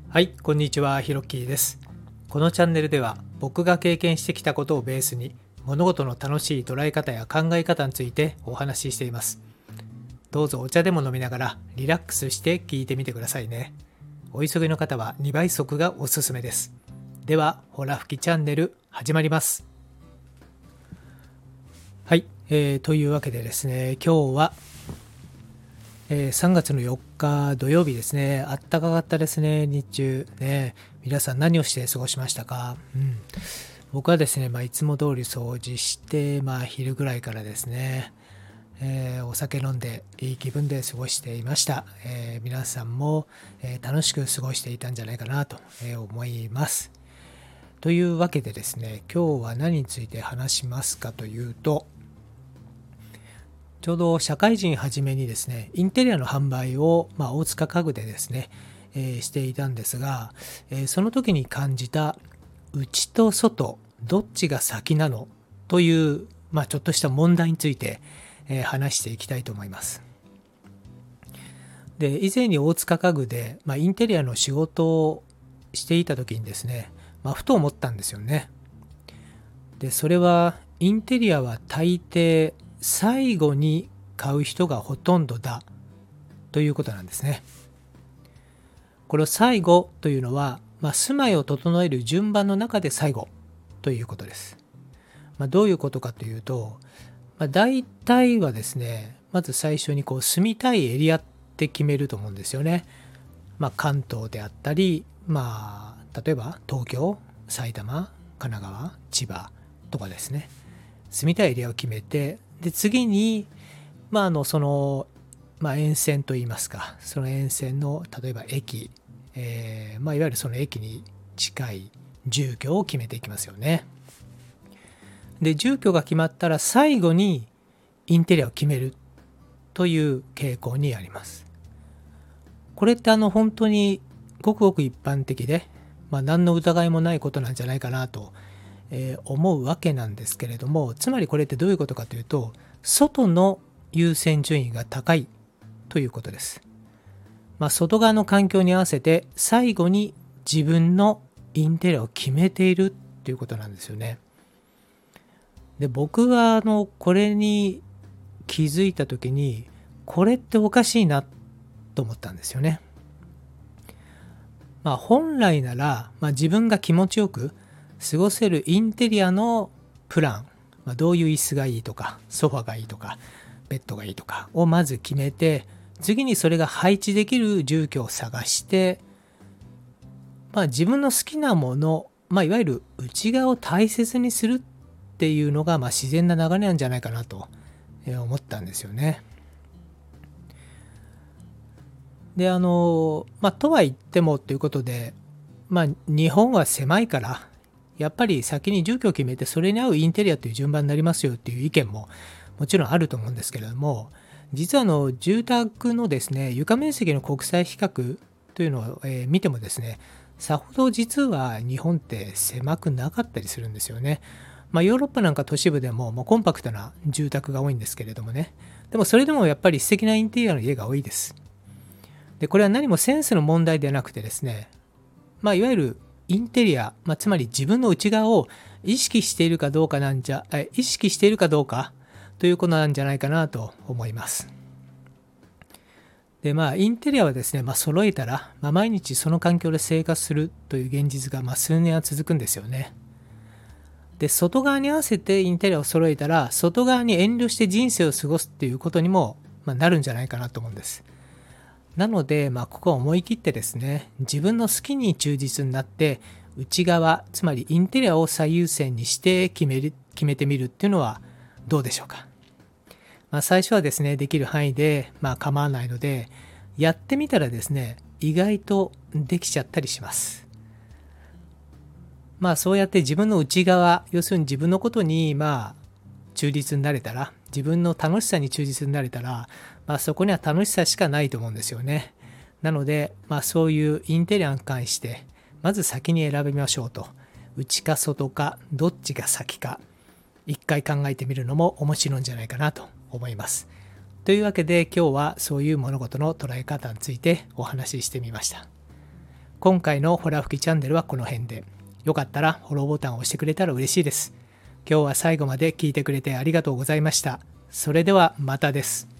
はい、こんにちは、ひろっきーです。このチャンネルでは僕が経験してきたことをベースに物事の楽しい捉え方や考え方についてお話ししています。どうぞお茶でも飲みながらリラックスして聞いてみてくださいね。お急ぎの方は2倍速がおすすめです。では、ほら吹きチャンネル始まります。はい、というわけでですね、今日は3月の4日土曜日ですね。あったかかったですね、日中ね。皆さん何をして過ごしましたか？僕はですね、いつも通り掃除して、昼ぐらいからですね、お酒飲んでいい気分で過ごしていました。皆さんも、楽しく過ごしていたんじゃないかなと、思います。というわけでですね、今日は何について話しますかというと、ちょうど社会人初めにですね、インテリアの販売を、大塚家具でですね、していたんですが、その時に感じた内と外、どっちが先なのという、ちょっとした問題について、話していきたいと思います。で、以前に大塚家具で、インテリアの仕事をしていた時にですね、ふと思ったんですよね。で、それはインテリアは大抵最後に買う人がほとんどだということなんですね。これを最後というのは、住まいを整える順番の中で最後ということです。どういうことかというと、大体はですね、まず最初に住みたいエリアって決めると思うんですよね。関東であったり、例えば東京、埼玉、神奈川、千葉とかですね。住みたいエリアを決めて、で次に、沿線といいますか、その沿線の例えば駅、いわゆるその駅に近い住居を決めていきますよね。で、住居が決まったら最後にインテリアを決めるという傾向にあります。これって本当にごくごく一般的で、何の疑いもないことなんじゃないかなと思うわけなんですけれども、つまりこれってどういうことかというと、外の優先順位が高いということです。外側の環境に合わせて最後に自分のインテリアを決めているっていうことなんですよね。で、僕はこれに気づいた時に、これっておかしいなと思ったんですよね。本来なら、自分が気持ちよく過ごせるインテリアのプラン、どういう椅子がいいとか、ソファがいいとか、ベッドがいいとかをまず決めて、次にそれが配置できる住居を探して、自分の好きなもの、いわゆる内側を大切にするっていうのが、自然な流れなんじゃないかなと思ったんですよね。で、とは言ってもということで、日本は狭いから、やっぱり先に住居を決めてそれに合うインテリアという順番になりますよっていう意見ももちろんあると思うんですけれども、実は住宅のですね、床面積の国際比較というのを見てもですね、さほど実は日本って狭くなかったりするんですよね。ヨーロッパなんか都市部でもコンパクトな住宅が多いんですけれどもね。でもそれでもやっぱり素敵なインテリアの家が多いです。で、これは何もセンスの問題ではなくてですね、いわゆるインテリア、つまり自分の内側を意識しているかどうか意識しているかどうかということなんじゃないかなと思います。で、インテリアはですね、揃えたら、毎日その環境で生活するという現実が数年は続くんですよね。で、外側に合わせてインテリアを揃えたら、外側に遠慮して人生を過ごすっていうことにも、なるんじゃないかなと思うんです。なので、ここは思い切ってですね、自分の好きに忠実になって、内側、つまりインテリアを最優先にして決めてみるっていうのはどうでしょうか。最初はですね、できる範囲で、構わないので、やってみたらですね、意外とできちゃったりします。そうやって自分の内側、要するに自分のことに、忠実になれたら、自分の楽しさに忠実になれたら、そこには楽しさしかないと思うんですよね。なので、そういうインテリアに関して、まず先に選びましょうと。内か外か、どっちが先か、一回考えてみるのも面白いんじゃないかなと思います。というわけで今日はそういう物事の捉え方についてお話ししてみました。 今回のホラ吹きチャンネルはこの辺で。よかったらフォローボタンを押してくれたら嬉しいです。今日は最後まで聞いてくれてありがとうございました。それではまたです。